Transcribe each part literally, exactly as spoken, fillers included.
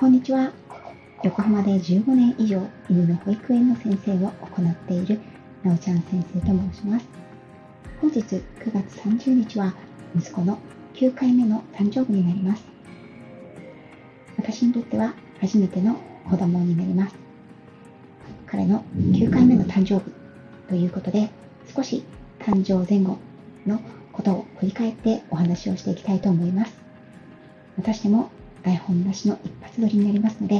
こんにちは。横浜でじゅうごねん以上犬の保育園の先生を行っているなおちゃん先生と申します。本日くがつさんじゅうにちは息子のきゅうかいめの誕生日になります。私にとっては初めての子供になります。彼のきゅうかいめの誕生日ということで、少し誕生前後のことを振り返ってお話をしていきたいと思います。またしても台本なしの一発撮りになりますので、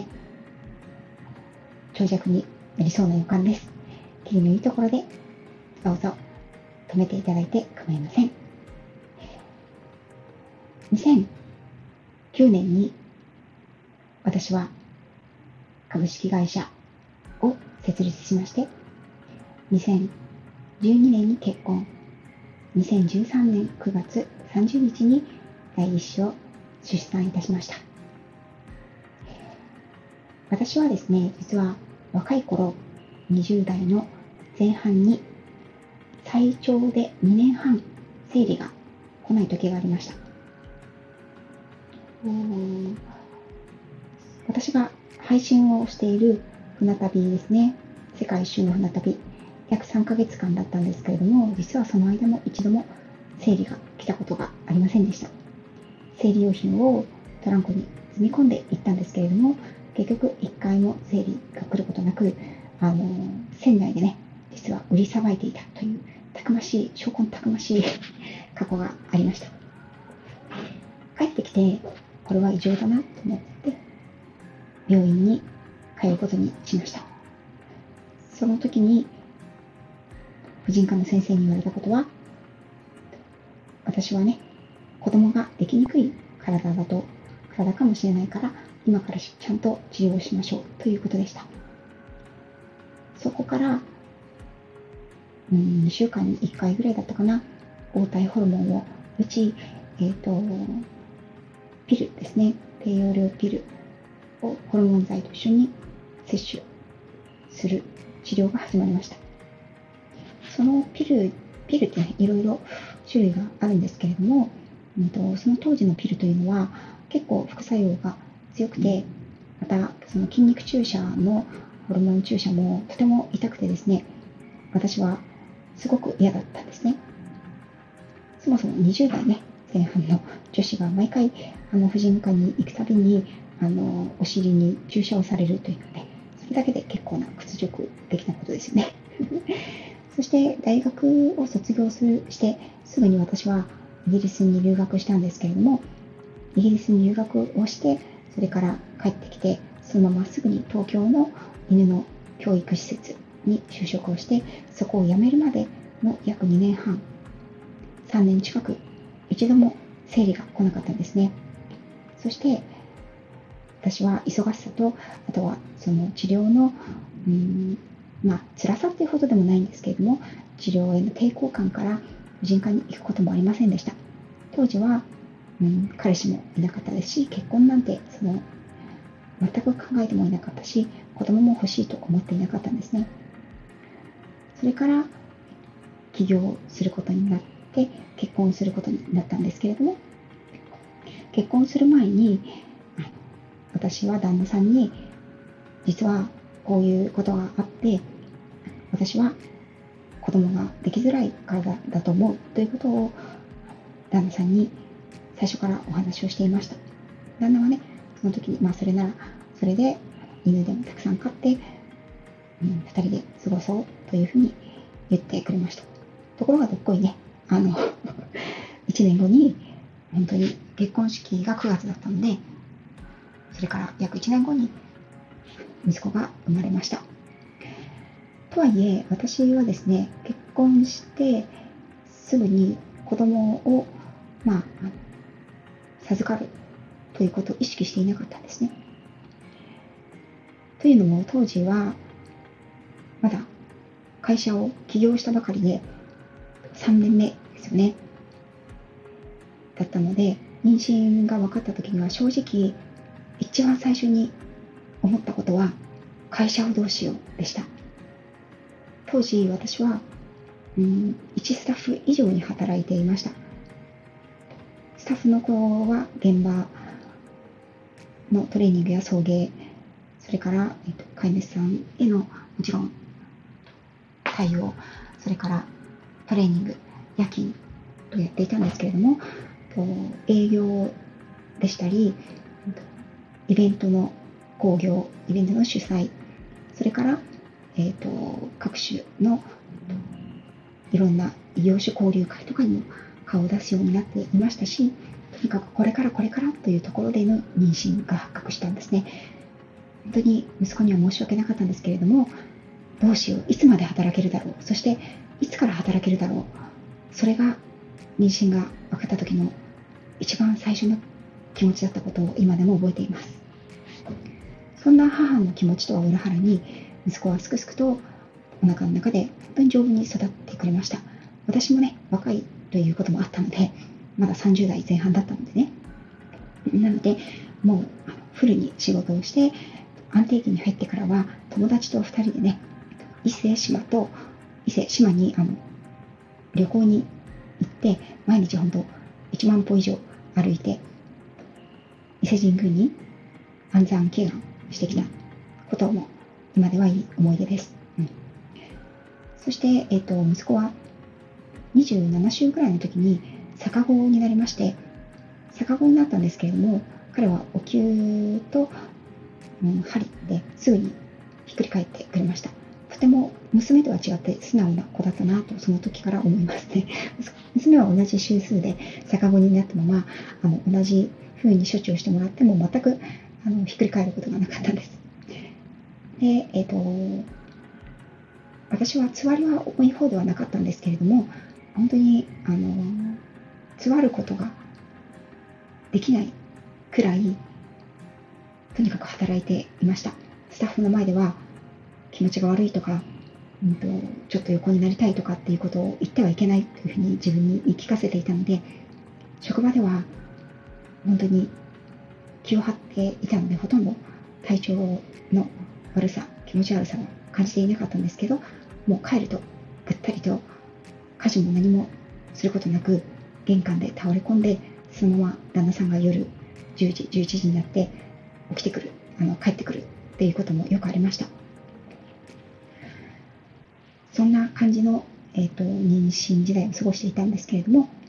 長尺になりそうな予感です。切りのいいところでどうぞ止めていただいて構いません。にせんきゅうねんに私は株式会社を設立しまして、にせんじゅうにねんに結婚、にせんじゅうさんねんくがつさんじゅうにちに第一子を出産いたしました。私はですね、実は若い頃、にじゅうだいの前半に最長でにねんはん生理が来ない時がありました。私が配信をしている船旅ですね、世界一周の船旅、約さんかげつかんだったんですけれども、実はその間も一度も生理が来たことがありませんでした。生理用品をトランクに積み込んでいったんですけれども、結局いっかいも生理が来ることなく、あの船内でね、実は売りさばいていたというたくましい、証拠のたくましい過去がありました。帰ってきて、これは異常だなと思って病院に通うことにしました。その時に婦人科の先生に言われたことは、私はね、子供ができにくい体だと体かもしれないから、今からちゃんと治療をしましょうということでした。そこからうん、にしゅうかんにいっかいぐらいだったかな、黄体ホルモンを打ち、えーと、ピルですね、低用量ピルをホルモン剤と一緒に摂取する治療が始まりました。そのピル、ピルってね、いろいろ種類があるんですけれども、うんと、その当時のピルというのは結構副作用が強くて、またその筋肉注射のホルモン注射もとても痛くてですね、私はすごく嫌だったんですね。そもそもにじゅうだいね、前半の女子が毎回あの婦人科に行くたびにあのお尻に注射をされるというので、それだけで結構な屈辱的なことですよね。そして大学を卒業するしてすぐに私はイギリスに留学したんですけれども、イギリスに留学をして、それから帰ってきて、そのまますぐに東京の犬の教育施設に就職をして、そこを辞めるまでの約にねんはん、さんねん近く一度も生理が来なかったんですね。そして私は忙しさと、あとはその治療のうーんまあ辛さっていうほどでもないんですけれども、治療への抵抗感から婦人科に行くこともありませんでした。当時はうん、彼氏もいなかったですし、結婚なんてその全く考えてもいなかったし、子供も欲しいと思っていなかったんですね。それから起業することになって結婚することになったんですけれども、結婚する前に私は旦那さんに、実はこういうことがあって、私は子供ができづらい体だと思うということを旦那さんに最初からお話をしていました。旦那はね、その時に、まあそれなら、それで犬でもたくさん飼って、うん、ふたりで過ごそうというふうに言ってくれました。ところがどっこいね、あの、いちねんごに、本当に結婚式がくがつだったので、それから約いちねんごに息子が生まれました。とはいえ、私はですね、結婚してすぐに子供を、まあ、授かるということを意識していなかったんですね。というのも当時はまだ会社を起業したばかりでさんねんめですよね。だったので、妊娠が分かった時には正直一番最初に思ったことは会社をどうしようでした。当時私は、うん、いちスタッフ以上に働いていました。スタッフの子は現場のトレーニングや送迎、それから、えっと、飼い主さんへのもちろん対応、それからトレーニング、夜勤とやっていたんですけれども、営業でしたり、イベントの興行、イベントの主催、それから、えっと、各種のいろんな異業種交流会とかにも顔を出すようになっていましたし、とにかくこれからこれからというところでの妊娠が発覚したんですね。本当に息子には申し訳なかったんですけれども、どうしよう、いつまで働けるだろう、そしていつから働けるだろう、それが妊娠が分かった時の一番最初の気持ちだったことを今でも覚えています。そんな母の気持ちとは裏腹に、息子はすくすくとお腹の中で本当に丈夫に育ってくれました。私もね、若いということもあったので、まださんじゅう代前半だったのでね。なので、もうフルに仕事をして、安定期に入ってからは友達とふたりでね、伊勢志摩と伊勢志摩にあの旅行に行って、毎日本当いちまん歩以上歩いて伊勢神宮に安産祈願してきたことも今ではいい思い出です。うん、そして、えっと、息子はにじゅうなな週ぐらいの時に逆子になりまして、逆子になったんですけれども、彼はお灸と、うん、針ですぐにひっくり返ってくれました。とても娘とは違って素直な子だったなとその時から思いますね。娘は同じ週数で逆子になったまま、あの同じ風に処置をしてもらっても全くあのひっくり返ることがなかったんです。で、えっと、私はつわりは重い方ではなかったんですけれども、本当にあのつわることができないくらいとにかく働いていました。スタッフの前では気持ちが悪いとか、うんと、ちょっと横になりたいとかっていうことを言ってはいけないというふうに自分に言い聞かせていたので、職場では本当に気を張っていたので、ほとんど体調の悪さ、気持ち悪さは感じていなかったんですけど、もう帰るとぐったりと家事も何もすることなく玄関で倒れ込んで、そのまま旦那さんが夜じゅうじ、じゅういちじになって起きてくる、あの帰ってくるっていうこともよくありました。そんな感じの、えーと、妊娠時代を過ごしていたんですけれども、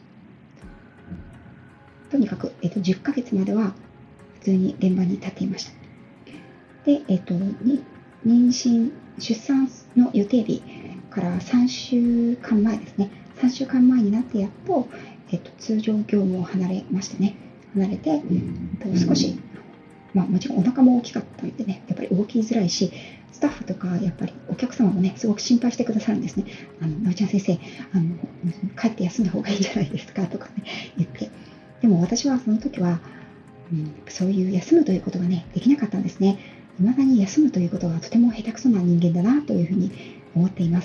とにかく、えーと、じゅっかげつまでは普通に現場に立っていました。で、えーと、に妊娠、出産の予定日からさんしゅうかんまえですね。さんしゅうかんまえになってやっと、えーと、通常業務を離れましたね。離れて、えーと、少し、まあもちろんお腹も大きかったんでね、やっぱり動きづらいし、スタッフとかやっぱりお客様もね、すごく心配してくださるんですね。あの、なおちゃん先生、あの、帰って休んだ方がいいんじゃないですかとかね、言って。でも私はその時は、うん、そういう休むということがね、できなかったんですね。未だに休むということがとても下手くそな人間だなというふうに思っています。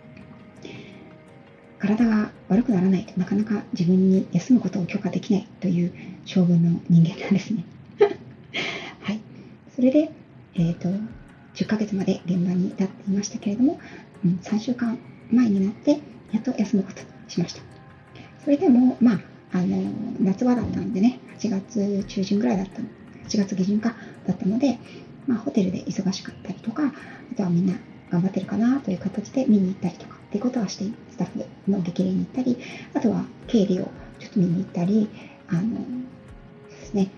体が悪くならないとなかなか自分に休むことを許可できないという性分の人間なんですね。はい。それで、えっと、じゅっかげつまで現場に立っていましたけれども、うん、さんしゅうかんまえになってやっと休むことにしました。それでも、まあ、あの夏場だったんでね、はちがつちゅうじゅんぐらいだったの、はちがつ下旬かだったので、まあ、ホテルで忙しかったりとか、あとはみんな頑張ってるかなという形で見に行ったりとかっていうことはして、スタッフの激励に行ったり、あとは経理をちょっと見に行ったり、あのですね、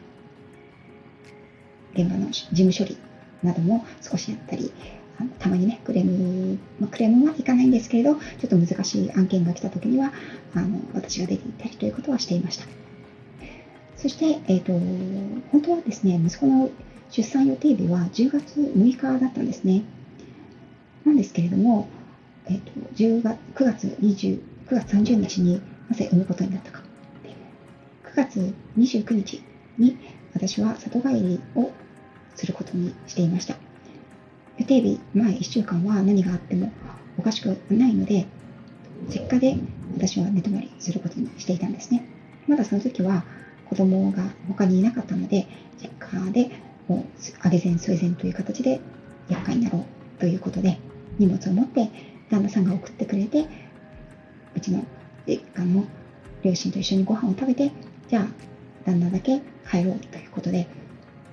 現場の事務処理なども少しやったり、あのたまにね、クレーム、まあ、クレームはいかないんですけれど、ちょっと難しい案件が来た時には、あの私が出ていったりということはしていました。そして、えーと、本当はですね、息子の出産予定日はじゅうがつむいかだったんですね。なんですけれども、えーと、じゅうがつくがつにじゅう、くがつさんじゅうにちになぜ産むことになったか。くがつにじゅうくにちに私は里帰りをすることにしていました。予定日前いっしゅうかんは何があってもおかしくないので、実家で私は寝泊まりすることにしていたんですね。まだその時は子供が他にいなかったので、実家でもうあげ膳添え膳という形で厄介になろうということで、荷物を持って旦那さんが送ってくれて、うちの実家の両親と一緒にご飯を食べて、じゃあ旦那だけ帰ろうということで、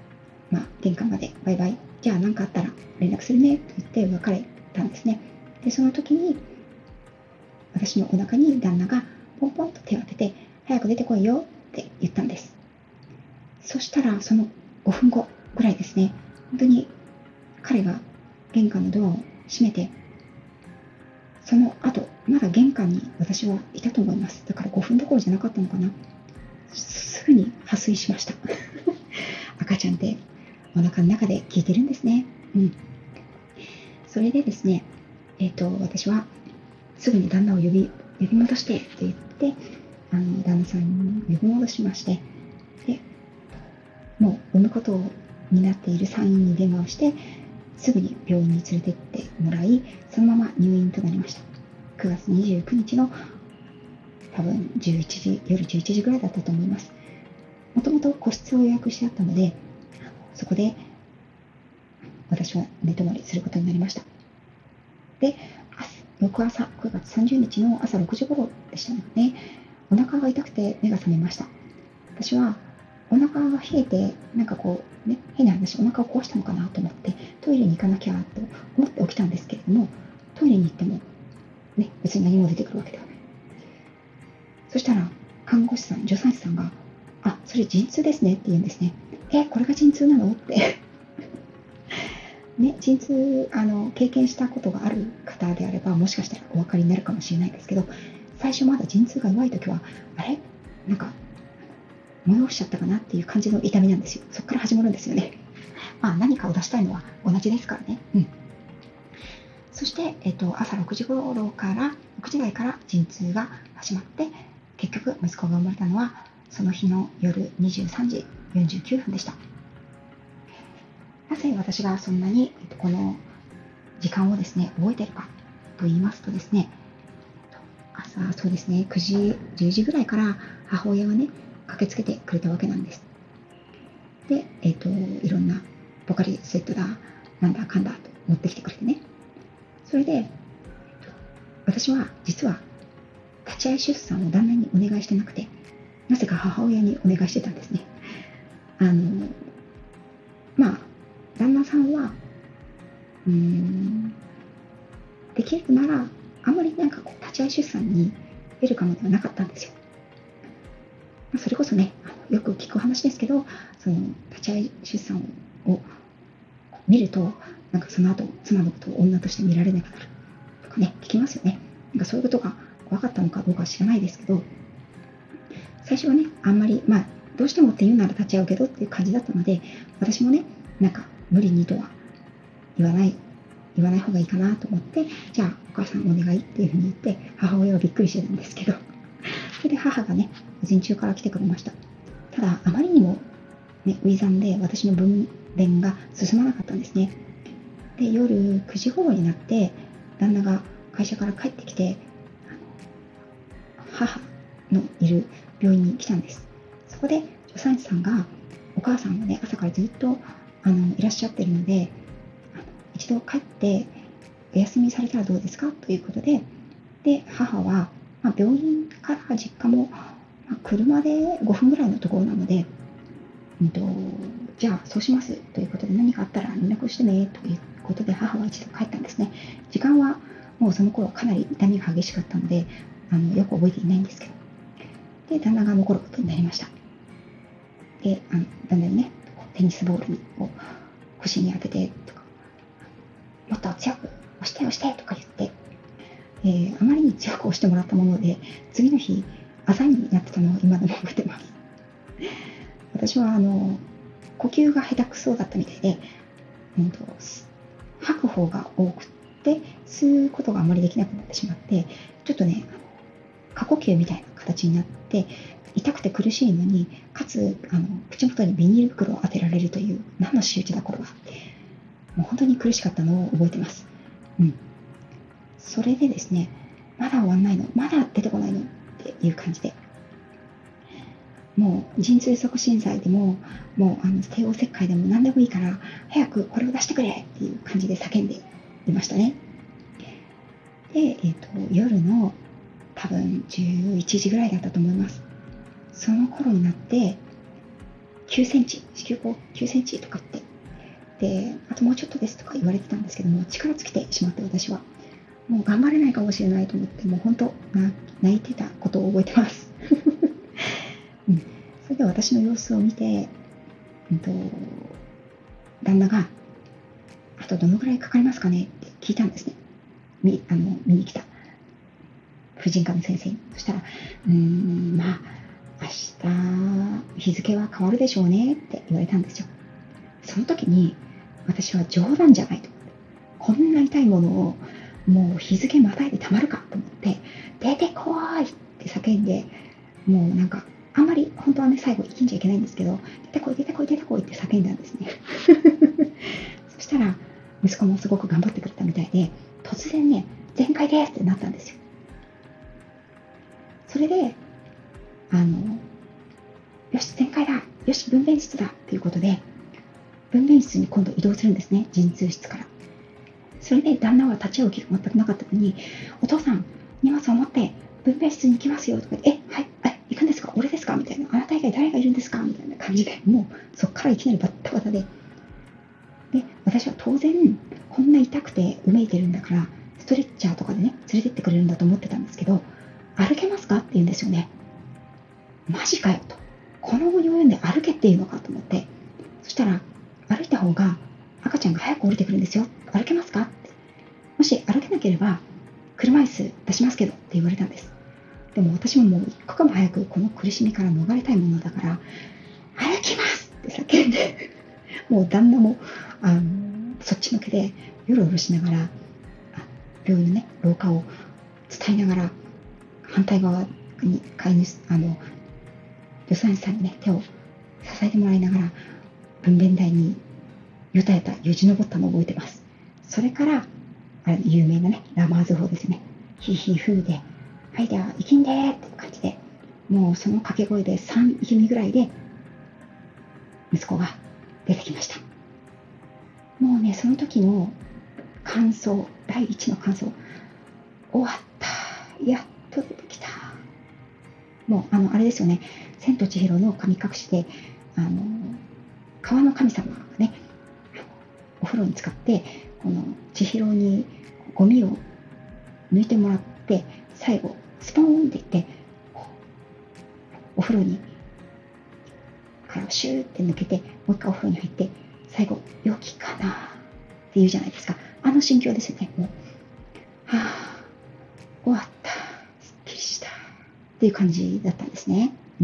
まあ、玄関までバイバイ、じゃあ何かあったら連絡するねと言って別れたんですね。で、その時に私のお腹に旦那がポンポンと手を当てて、早く出てこいよって言ったんです。そしたらそのごふんごぐらいですね、本当に彼が玄関のドアを閉めて、その後まだ玄関に私はいたと思います。だからごふんどころじゃなかったのかな。すぐに破水しました赤ちゃんってお腹の中で聞いてるんですね。うん。それでですね、えっ、ー、と私はすぐに旦那を呼び呼び戻してと言って、あの旦那さんに呼び戻しまして、でもう産むことになっている産院に電話をして、すぐに病院に連れて行ってもらい、そのまま入院となりました。くがつにじゅうくにちの多分じゅういちじ、夜じゅういちじぐらいだったと思います。もともと個室を予約してあったので、そこで私は寝泊まりすることになりました。で、翌朝くがつさんじゅうにちの朝ろくじ頃でしたね。お腹が痛くて目が覚めました。私はお腹が冷えて、なんかこうね、変な話、お腹を壊したのかなと思ってトイレに行かなきゃと思って起きたんですけれども、トイレに行ってもね、別に何も出てくるわけではない。そしたら看護師さん、助産師さんが、あ、それ陣痛ですねって言うんですね。え、これが陣痛なのってね、陣痛あの経験したことがある方であれば、もしかしたらお分かりになるかもしれないですけど、最初まだ陣痛が弱い時は、あれなんか催しちゃったかなっていう感じの痛みなんですよ。そこから始まるんですよね。まあ何かを出したいのは同じですからね。うん。そして、えっと、朝ろくじ頃から、ろくじ台から陣痛が始まって、結局息子が生まれたのはその日の夜にじゅうさんじよんじゅうきゅうふんでした。なぜ私がそんなにこの時間をですね覚えているかと言いますとですね、朝そうですねくじじゅうじぐらいから母親がね駆けつけてくれたわけなんです。で、えっといろんなポカリセットだなんだかんだと持ってきてくれてね、それで私は実は立ち会い出産を旦那にお願いしてなくて、なぜか母親にお願いしてたんですね。あのまあ旦那さんはうーんできるならあまりなんかこう立ち会い出産にウェルカムではなかったんですよ。それこそね、よく聞く話ですけど、その立ち会い出産を見ると、なんかその後妻のことを女として見られなくなるとかね、聞きますよね。なんかそういうことが分かったのかどうかは知らないですけど、最初はね、あんまり、まあ、どうしてもって言うなら立ち会うけどっていう感じだったので、私もね、なんか無理にとは言わない言わない方がいいかなと思って、じゃあお母さんお願いっていうふうに言って、母親はびっくりしてたんですけど、それで母がね、午前中から来てくれました。ただ、あまりにも、ね、初産で私の分娩が進まなかったんですね。で、夜くじ頃になって、旦那が会社から帰ってきて、母のいる病院に来たんです。そこで助産師さんが、お母さんがね、朝からずっとあのいらっしゃってるので、一度帰ってお休みされたらどうですかということで、で母は、まあ、病院から実家も、まあ、車でごふんぐらいのところなので、うんと、じゃあそうしますということで、何かあったら連絡してねということで、母は一度帰ったんですね。時間はもうその頃かなり痛みが激しかったので、あのよく覚えていないんですけど、で旦那が残ることになりました。で、あの旦那にね、テニスボールを腰に当ててとか、もっと強く押して押してとか言って、えー、あまりに強く押してもらったもので、次の日あざになってたのを今でも覚えてます。私はあの呼吸が下手くそだったみたいで、うん、と吐く方が多くて吸うことがあまりできなくなってしまって、ちょっとね過呼吸みたいな形になって、痛くて苦しいのに、かつあの口元にビニール袋を当てられるという、何の仕打ちだこれはって、もう本当に苦しかったのを覚えてます。うん。それでですね、まだ終わんないの、まだ出てこないのっていう感じで、もう陣痛促進剤でも、もうあの帝王切開でも何でもいいから、早くこれを出してくれっていう感じで叫んでいましたね。で、えーと、夜の多分じゅういちじぐらいだったと思います。その頃になって、 きゅうセンチ、子宮口きゅうセンチとか言って、で、あともうちょっとですとか言われてたんですけども、力尽きてしまって私は、もう頑張れないかもしれないと思って、もう本当、泣いてたことを覚えてます。うん、それで私の様子を見て、うんと、旦那が、あとどのぐらいかかりますかねって聞いたんですね。見あの見に来た婦人科の先生に。そしたら、うーん、まあ、明日、日付は変わるでしょうねって言われたんですよ。その時に、私は冗談じゃないと思って。こんな痛いものを、もう日付またいでたまるかと思って、出てこーいって叫んで、もうなんか、あんまり本当はね、最後生きんじゃいけないんですけど、出てこい、出てこい、出てこいって叫んだんですね。そしたら、息子もすごく頑張ってくれたみたいで、突然ね、全開ですってなったんですよ。それで、あの、よし、全開だ、よし、分娩室だっていうことで、分娩室に今度移動するんですね、陣痛室から。それで旦那は立ち起きが全くなかったのに、お父さん、荷物を持って分娩室に行きますよとか言って、え、はい、え、行くんですか、俺ですかみたいな、あなた以外誰がいるんですかみたいな感じで、もうそっからいきなりバッタバタで、で、私は当然、こんな痛くてうめいてるんだから、ストレッチャーとかでね、連れてってくれるんだと思ってたんですけど、歩けますかって言うんですよね。マジかよと。この余裕で歩けっていうのかと思って、そしたら、歩いた方が赤ちゃんが早く降りてくるんですよ。歩けますかって。もし歩けなければ、車椅子出しますけどって言われたんです。でも私ももう一刻も早くこの苦しみから逃れたいものだから、歩きますって叫んで、もう旦那もあのそっちのけでよろよろしながら、病院のね、廊下を伝えながら、反対側に飼い主、あの、助産師さんにね、手を支えてもらいながら、分娩台によたよたよじ登ったのを覚えてます。それから、あれ有名なね、ラマーズ法ですよね。ヒーヒーフーで、はい、では、生きんでーって感じで、もうその掛け声でさん息目ぐらいで、息子が出てきました。もうね、その時の感想、第一の感想、終わった、やっと出てきた。もう、あの、あれですよね、千と千尋の神隠しで、あの、川の神様がね、お風呂に使って、この千尋にゴミを抜いてもらって、最後、スポーンっていって、お風呂に、からシューって抜けて、もう一回お風呂に入って、最後、良きかなって言うじゃないですか。あの心境ですよね。もう、はぁ、終わった、すっきりしたっていう感じだったんですね。うん。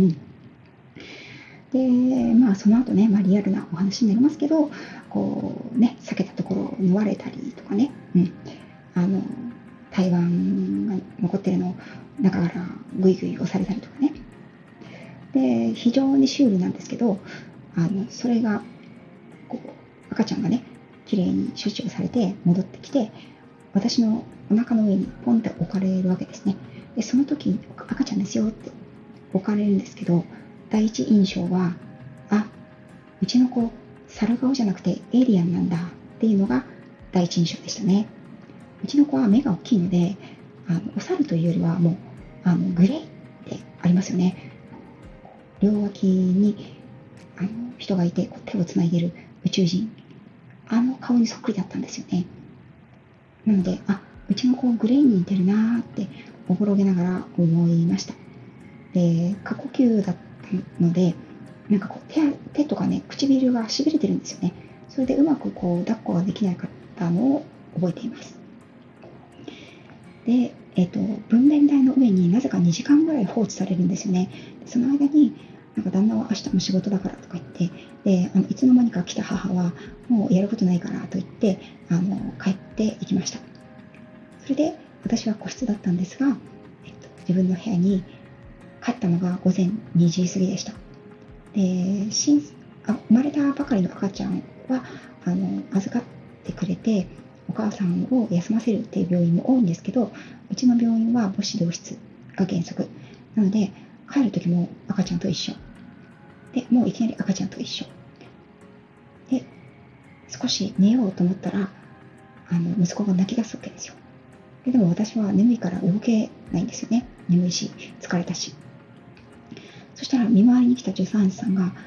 で、まあその後ね、まあ、リアルなお話になりますけど、こうね、避けたところを縫われたりとかね、うん、あの、胎盤が残ってるのを中からグイグイ押されたりとかね。で、非常にシュールなんですけど、あの、それが、こう、赤ちゃんがね、綺麗に処置をされて戻ってきて、私のお腹の上にポンって置かれるわけですね。で、その時に赤ちゃんですよって置かれるんですけど、第一印象は、あ、うちの子、猿顔じゃなくてエイリアンなんだっていうのが第一印象でしたね。うちの子は目が大きいので、あのお猿というよりはもうあのグレイってありますよね。両脇にあの人がいてこう手をつないでいる宇宙人、あの顔にそっくりだったんですよね。なので、あ、うちの子グレイに似てるなーっておぼろげながら思いました。で、過呼吸だったので、なんかこう 手, 手とかね、唇がしびれてるんですよね。それでうまくこう抱っこができなかったのを覚えています。で、えっと、分娩台の上になぜかにじかんぐらい放置されるんですよね。その間に、なんか旦那は明日も仕事だからとか言って、で、あのいつの間にか来た母は、もうやることないからと言って、あの帰っていきました。それで、私は個室だったんですが、えっと、自分の部屋に帰ったのが午前にじ過ぎでした。で、新あ生まれたばかりの赤ちゃんはあの預かってくれて、お母さんを休ませるっていう病院も多いんですけど、うちの病院は母子同室が原則なので、帰る時も赤ちゃんと一緒で、もういきなり赤ちゃんと一緒で、少し寝ようと思ったら、あの息子が泣き出すわけですよ。で, でも私は眠いから動けないんですよね。眠いし疲れたし。そしたら見回りに来た助産師さんが、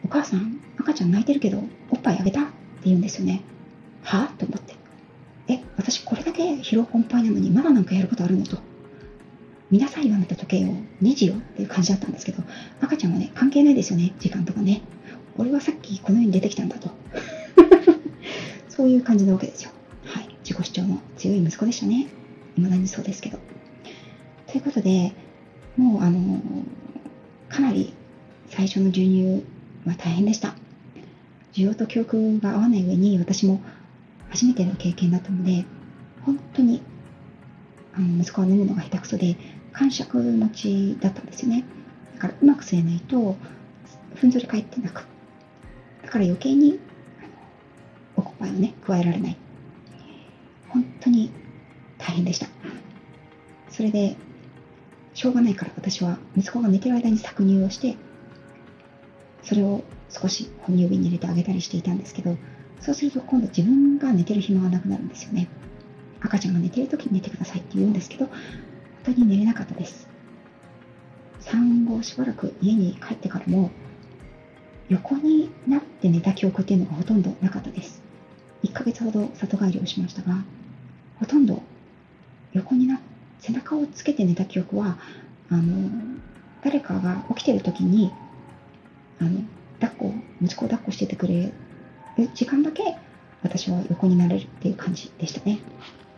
お母さん、赤ちゃん泣いてるけど、おっぱいあげたって言うんですよね。はぁと思って。え、私これだけ疲労困憊なのに、まだなんかやることあるのと。見なさいよ、あなた時計を。にじよっていう感じだったんですけど、赤ちゃんはね、関係ないですよね、時間とかね。俺はさっきこの世に出てきたんだと。そういう感じなわけですよ。はい。自己主張の強い息子でしたね。未だにそうですけど。ということで、もうあの、かなり最初の授乳は大変でした。需要と供給が合わない上に、私も初めての経験だったので、本当にあの息子は飲むのが下手くそで、感触持ちだったんですよね。だからうまく吸えないと、ふんぞり返って泣く。だから余計におっぱいをね、加えられない。本当に大変でした。それで、しょうがないから私は息子が寝てる間に搾乳をして、それを少し哺乳瓶に入れてあげたりしていたんですけど、そうすると今度自分が寝てる暇がなくなるんですよね。赤ちゃんが寝てる時に寝てくださいって言うんですけど、本当に寝れなかったです。産後しばらく家に帰ってからも、横になって寝た記憶っていうのがほとんどなかったです。いっかげつほど里帰りをしましたが、ほとんど横にな背中をつけて寝た記憶は、あの誰かが起きてる時にあの抱っこ息子を抱っこしててくれる時間だけ私は横になれるっていう感じでしたね。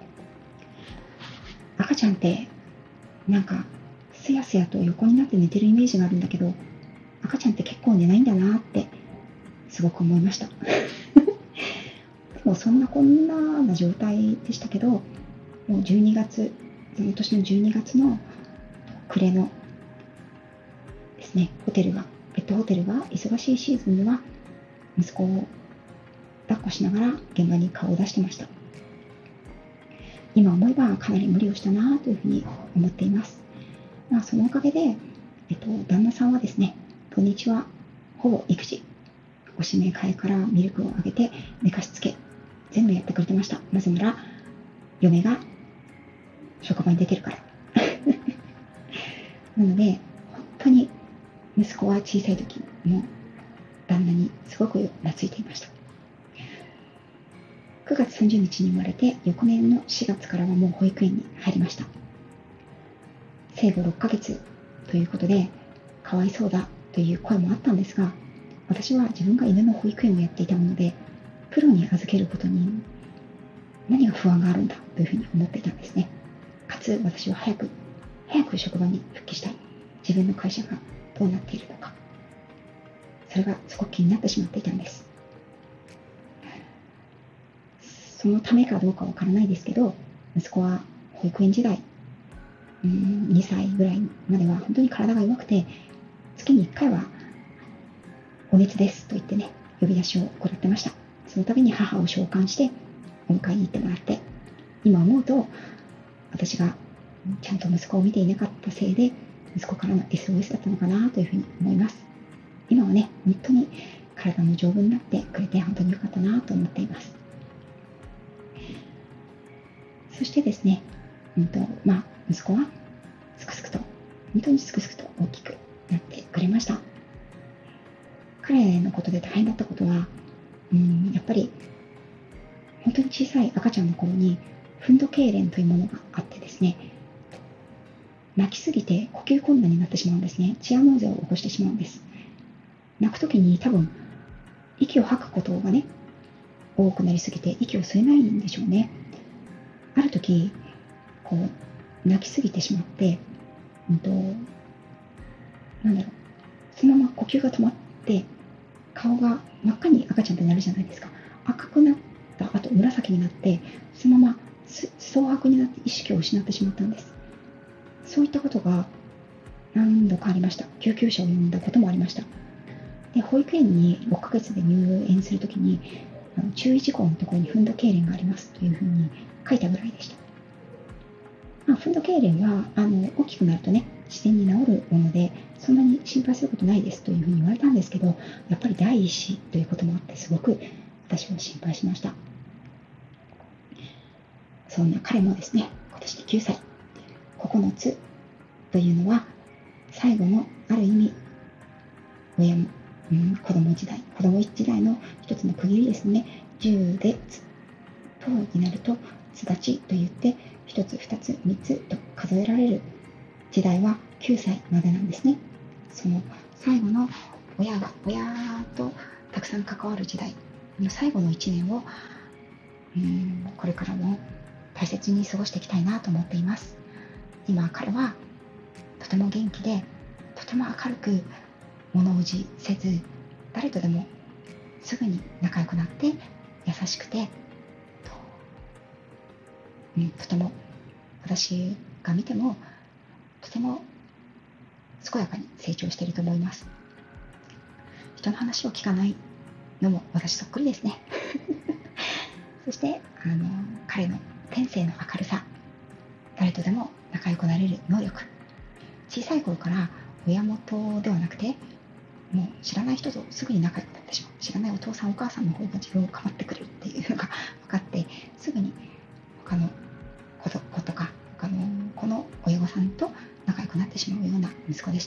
赤ちゃんってなんかすやすやと横になって寝てるイメージがあるんだけど、赤ちゃんって結構寝ないんだなってすごく思いました。でもそんなこんなな状態でしたけど、もうじゅうにがつ、その年のじゅうにがつの暮れのですね、ホテルが、ペットホテルが忙しいシーズンには息子を抱っこしながら現場に顔を出してました。今思えばかなり無理をしたなというふうに思っています。まあ、そのおかげで、えっと、旦那さんはですね、土日はほぼ育児、おしめ替えからミルクをあげて寝かしつけ、全部やってくれてました。なぜなら、嫁が職場に出てるから。なので、本当に息子は小さい時も旦那にすごく懐いていました。くがつさんじゅうにちに生まれて、翌年のしがつからはもう保育園に入りました。生後ろっかげつということで、かわいそうだという声もあったんですが、私は自分が犬の保育園をやっていたもので、プロに預けることに何が不安があるんだというふうに思っていたんですね。かつ私は早く、早く職場に復帰したい。自分の会社がどうなっているのか。それがすごく気になってしまっていたんです。そのためかどうかわからないですけど、息子は保育園時代、うーんにさいぐらいまでは本当に体が弱くて、月にいっかいはお熱ですと言ってね、呼び出しを行ってました。その度に母を召喚してお迎えに行ってもらって、今思うと私がちゃんと息子を見ていなかったせいで息子からの エスオーエス だったのかなというふうに思います。今はね、本当に体も丈夫になってくれて本当に良かったなと思っています。そしてですね、うんとまあ、息子はすくすくと、本当にすくすくと大きくなってくれました。彼のことで大変だったことは、うん、やっぱり本当に小さい赤ちゃんの頃にフンド痙攣というものがあってですね、泣きすぎて呼吸困難になってしまうんですね。チアノーゼを起こしてしまうんです。泣くときに多分息を吐くことがね、多くなりすぎて息を吸えないんでしょうね。ある時こう泣きすぎてしまって、うんとなんだろう、そのまま呼吸が止まって顔が真っ赤に赤ちゃんってなるじゃないですか。赤くなった後紫になって、そのまま蒼白になって意識を失ってしまったんです。そういったことが何度かありました。救急車を呼んだこともありました。で、保育園にろっかげつで入園するときに、あの注意事項のところにフンド痙攣がありますというふうに書いたぐらいでした。まあ、フンド痙攣はあの大きくなるとね、自然に治るもので、そんなに心配することないですというふうに言われたんですけど、やっぱり第一子ということもあって、すごく私は心配しました。そんな彼もですね、今年できゅうさい、ここのつというのは最後のある意味親うん、子供時代、子供時代の一つの区切りですね。じゅうで等になると巣立ちと言って、ひとつ、ふたつ、みっつと数えられる時代はきゅうさいまでなんですね。その最後の親が親とたくさん関わる時代の最後のいちねんを、うん、これからも大切に過ごしていきたいなと思っています。今彼はとても元気で、とても明るく物おじせず、誰とでもすぐに仲良くなって優しくて、と、うん、とても私が見てもとても健やかに成長していると思います。人の話を聞かないのも私そっくりですね。そしてあの彼の天性の明るさ、誰とでも仲良くなれる能力、小さい頃から親元ではなくて、もう知らない人とすぐに仲良くなってしまう、知らないお父さんお母さんの方が自分を構ってくれるっていうのが分かって、すぐに他の子と子とか他の子の親御さんと仲良くなってしまうような息子でした。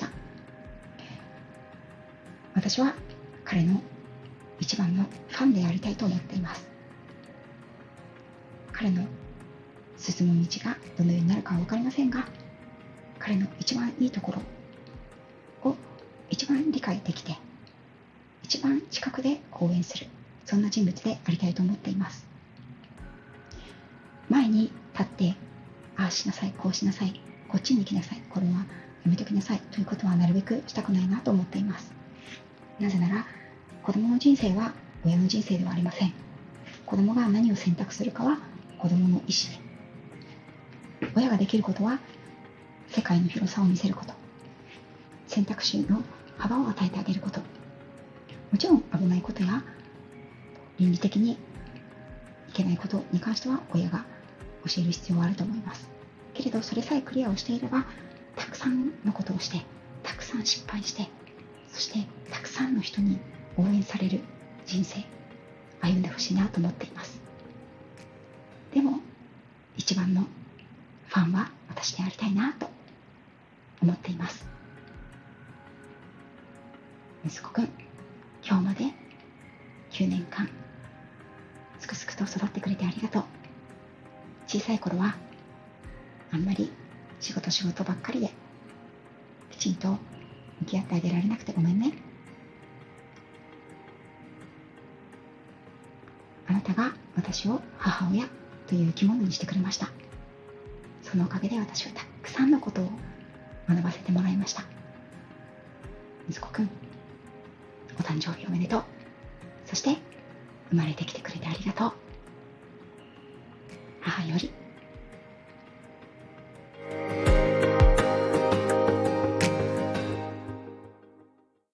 私は彼の一番のファンでありたいと思っています。彼の進む道がどのようになるかは分かりませんが、彼の一番いいところを一番理解できて、一番近くで応援する、そんな人物でありたいと思っています。前に立って、ああしなさい、こうしなさい、こっちに行きなさい、これはやめておきなさいということはなるべくしたくないなと思っています。なぜなら、子供の人生は親の人生ではありません。子供が何を選択するかは子供の意思で、親ができることは世界の広さを見せること、選択肢の幅を与えてあげること、もちろん危ないことや倫理的にいけないことに関しては親が教える必要はあると思います。けれどそれさえクリアをしていれば、たくさんのことをして、たくさん失敗して、そしてたくさんの人に応援される人生歩んでほしいなと思っています。でも一番のファンは私でありたいなと思っています。息子くん、今日まできゅうねんかんすくすくと育ってくれてありがとう。小さい頃はあんまり仕事仕事ばっかりできちんと向き合ってあげられなくてごめんね。あなたが私を母親という生き物にしてくれました。そのおかげで私はたくさんのことを学ばせてもらいました。息子くん、お誕生日おめでとう。そして生まれてきてくれてありがとう。母より。